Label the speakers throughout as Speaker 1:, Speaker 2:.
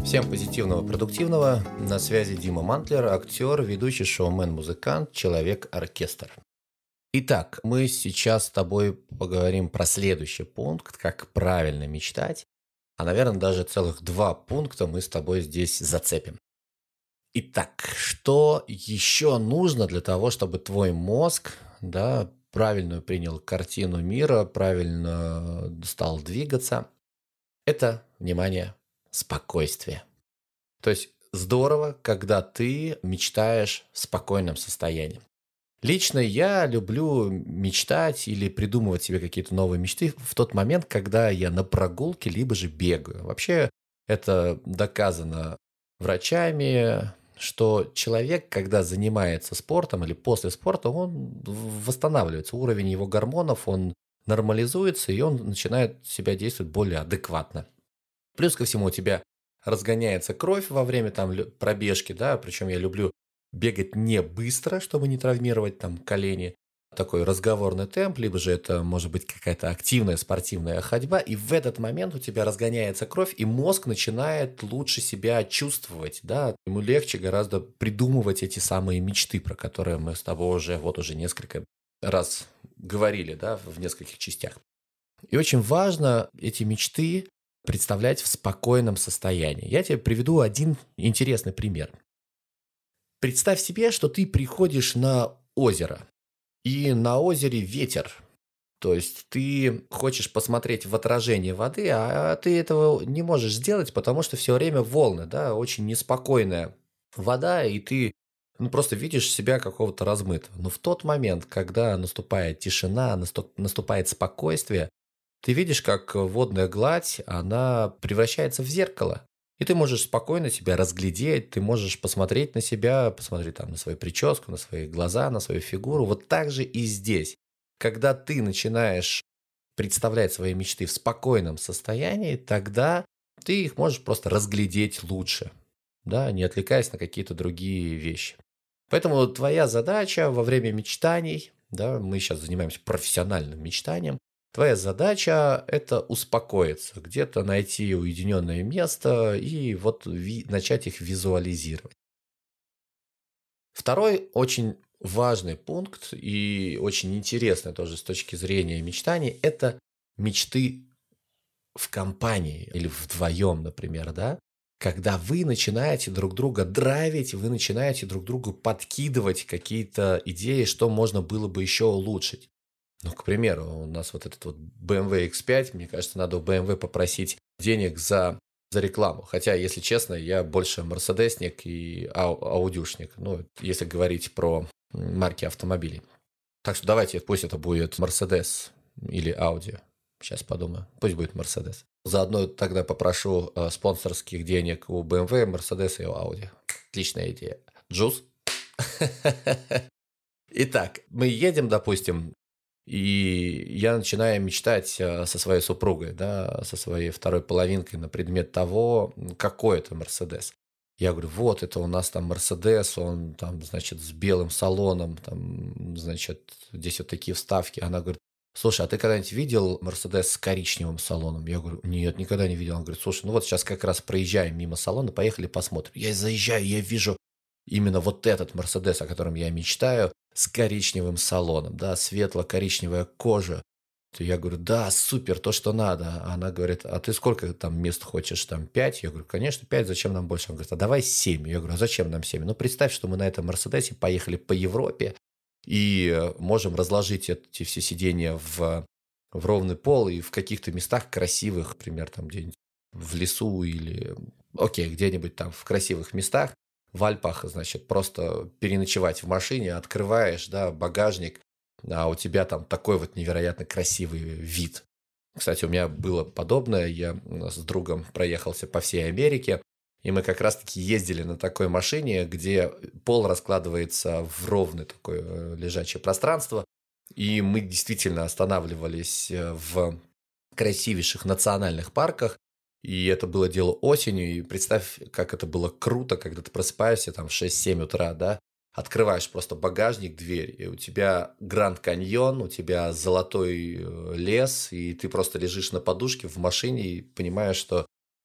Speaker 1: Всем позитивного, продуктивного. На связи Дима Мантлер, актер, ведущий, шоумен, музыкант, человек-оркестр. Итак, мы сейчас с тобой поговорим про следующий пункт, как правильно мечтать. А, наверное, даже целых 2 пункта мы с тобой здесь зацепим. Итак, что еще нужно для того, чтобы твой мозг, правильно принял картину мира, правильно стал двигаться? Это, внимание, спокойствие. То есть здорово, когда ты мечтаешь в спокойном состоянии. Лично я люблю мечтать или придумывать себе какие-то новые мечты в тот момент, когда я на прогулке, либо же бегаю. Вообще это доказано врачами, что человек, когда занимается спортом или после спорта, он восстанавливается. Уровень его гормонов, он нормализуется, и он начинает себя действовать более адекватно. Плюс ко всему у тебя разгоняется кровь во время пробежки, причем я люблю бегать не быстро, чтобы не травмировать колени, такой разговорный темп, либо же это может быть какая-то активная спортивная ходьба, и в этот момент у тебя разгоняется кровь, и мозг начинает лучше себя чувствовать, ему легче гораздо придумывать эти самые мечты, про которые мы с тобой уже несколько раз говорили, в нескольких частях. И очень важно эти мечты представлять в спокойном состоянии. Я тебе приведу один интересный пример. Представь себе, что ты приходишь на озеро, и на озере ветер. То есть ты хочешь посмотреть в отражение воды, а ты этого не можешь сделать, потому что все время волны, очень неспокойная вода, и ты просто видишь себя какого-то размытого. Но в тот момент, когда наступает тишина, наступает спокойствие, ты видишь, как водная гладь, она превращается в зеркало. И ты можешь спокойно себя разглядеть, ты можешь посмотреть на себя, посмотреть на свою прическу, на свои глаза, на свою фигуру. Вот так же и здесь. Когда ты начинаешь представлять свои мечты в спокойном состоянии, тогда ты их можешь просто разглядеть лучше, не отвлекаясь на какие-то другие вещи. Поэтому твоя задача во время мечтаний, мы сейчас занимаемся профессиональным мечтанием, твоя задача – это успокоиться, где-то найти уединенное место и начать их визуализировать. Второй очень важный пункт и очень интересный тоже с точки зрения мечтаний – это мечты в компании или вдвоем, например, когда вы начинаете друг друга драйвить, вы начинаете друг другу подкидывать какие-то идеи, что можно было бы еще улучшить. К примеру, у нас этот BMW X5, мне кажется, надо у BMW попросить денег за рекламу. Хотя, если честно, я больше мерседесник и аудюшник, если говорить про марки автомобилей. Так что давайте, пусть это будет Mercedes или Audi. Сейчас подумаю. Пусть будет Mercedes. Заодно тогда попрошу спонсорских денег у BMW, Mercedes и у Audi. Отличная идея. Джуз? Итак, мы едем, допустим, и я начинаю мечтать со своей супругой, со своей второй половинкой на предмет того, какой это Мерседес. Я говорю, это у нас Мерседес, он с белым салоном, здесь такие вставки. Она говорит, слушай, а ты когда-нибудь видел Мерседес с коричневым салоном? Я говорю, нет, никогда не видел. Она говорит, слушай, сейчас как раз проезжаем мимо салона, поехали посмотрим. Я заезжаю, я вижу именно этот Мерседес, о котором я мечтаю, с коричневым салоном, светло-коричневая кожа. Я говорю, да, супер, то, что надо. Она говорит, а ты сколько мест хочешь? 5? Я говорю, конечно, 5, зачем нам больше? Она говорит, а давай 7. Я говорю, а зачем нам 7? Представь, что мы на этом Мерседесе поехали по Европе и можем разложить эти все сиденья в ровный пол и в каких-то местах красивых, например, где-нибудь в лесу или, где-нибудь в красивых местах, в Альпах, просто переночевать в машине, открываешь, багажник, а у тебя такой невероятно красивый вид. Кстати, у меня было подобное, я с другом проехался по всей Америке, и мы как раз-таки ездили на такой машине, где пол раскладывается в ровное такое лежачее пространство, и мы действительно останавливались в красивейших национальных парках, и это было дело осенью, и представь, как это было круто, когда ты просыпаешься в 6-7 утра, открываешь просто багажник, дверь, и у тебя Гранд Каньон, у тебя золотой лес, и ты просто лежишь на подушке в машине и понимаешь, что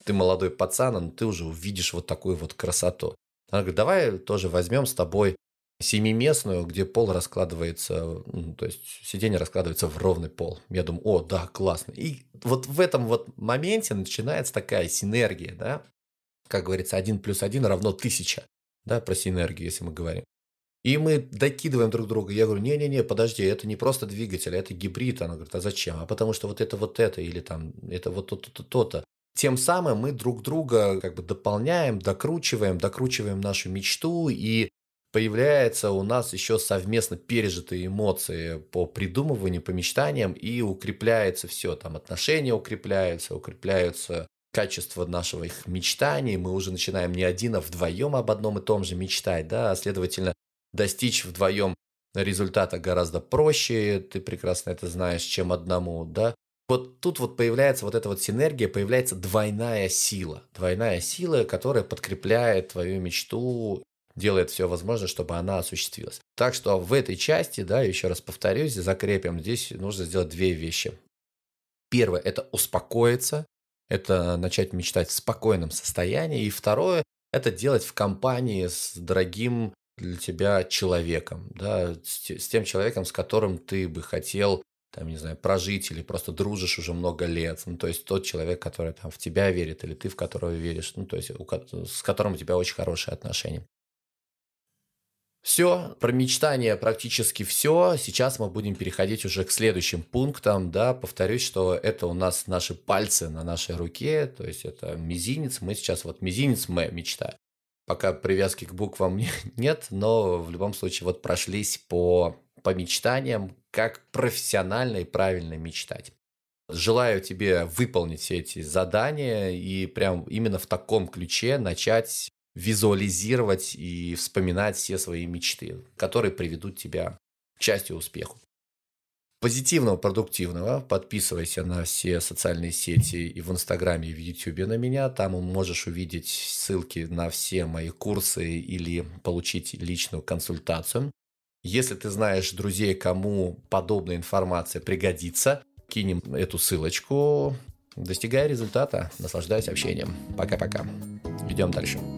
Speaker 1: ты молодой пацан, но ты уже увидишь вот такую вот красоту. Она говорит, давай тоже возьмем с тобой семиместную, где пол раскладывается, то есть сиденье раскладывается в ровный пол. Я думаю, о, да, классно. И вот в этом вот моменте начинается такая синергия, да, как говорится, 1+1 равно 1000, да, про синергию, если мы говорим. И мы докидываем друг друга. Я говорю, не-не-не, подожди, это не просто двигатель, это гибрид. Она говорит, а зачем? А потому что вот это, или там, это вот то-то, то-то. Тем самым мы друг друга как бы дополняем, докручиваем нашу мечту, и появляется у нас еще совместно пережитые эмоции по придумыванию, по мечтаниям, и укрепляется все, там отношения укрепляются качество нашего их мечтаний, мы уже начинаем не один, а вдвоем об одном и том же мечтать, да, а следовательно, достичь вдвоем результата гораздо проще, ты прекрасно это знаешь, чем одному, да. Вот тут вот появляется вот эта вот синергия, появляется двойная сила, которая подкрепляет твою мечту, делает все возможное, чтобы она осуществилась. Так что в этой части, да, еще раз повторюсь, закрепим, здесь нужно сделать две вещи. Первое – это успокоиться, это начать мечтать в спокойном состоянии. И второе – это делать в компании с дорогим для тебя человеком, да, с тем человеком, с которым ты бы хотел, там, не знаю, прожить или просто дружишь уже много лет. Ну, то есть тот человек, который там в тебя верит, или ты в которого веришь, ну, то есть с которым у тебя очень хорошие отношения. Все, про мечтание практически все. Сейчас мы будем переходить уже к следующим пунктам. Да, повторюсь, что это у нас наши пальцы на нашей руке, то есть это мизинец. Мы сейчас вот мизинец мечта. Пока привязки к буквам нет, но в любом случае вот прошлись по мечтаниям, как профессионально и правильно мечтать. Желаю тебе выполнить все эти задания и прям именно в таком ключе начать визуализировать и вспоминать все свои мечты, которые приведут тебя к счастью и успеху. Позитивного, продуктивного. Подписывайся на все социальные сети и в Инстаграме, и в Ютубе на меня. Там можешь увидеть ссылки на все мои курсы или получить личную консультацию. Если ты знаешь друзей, кому подобная информация пригодится, кинем эту ссылочку. Достигай результата. Наслаждайся общением. Пока-пока. Идем дальше.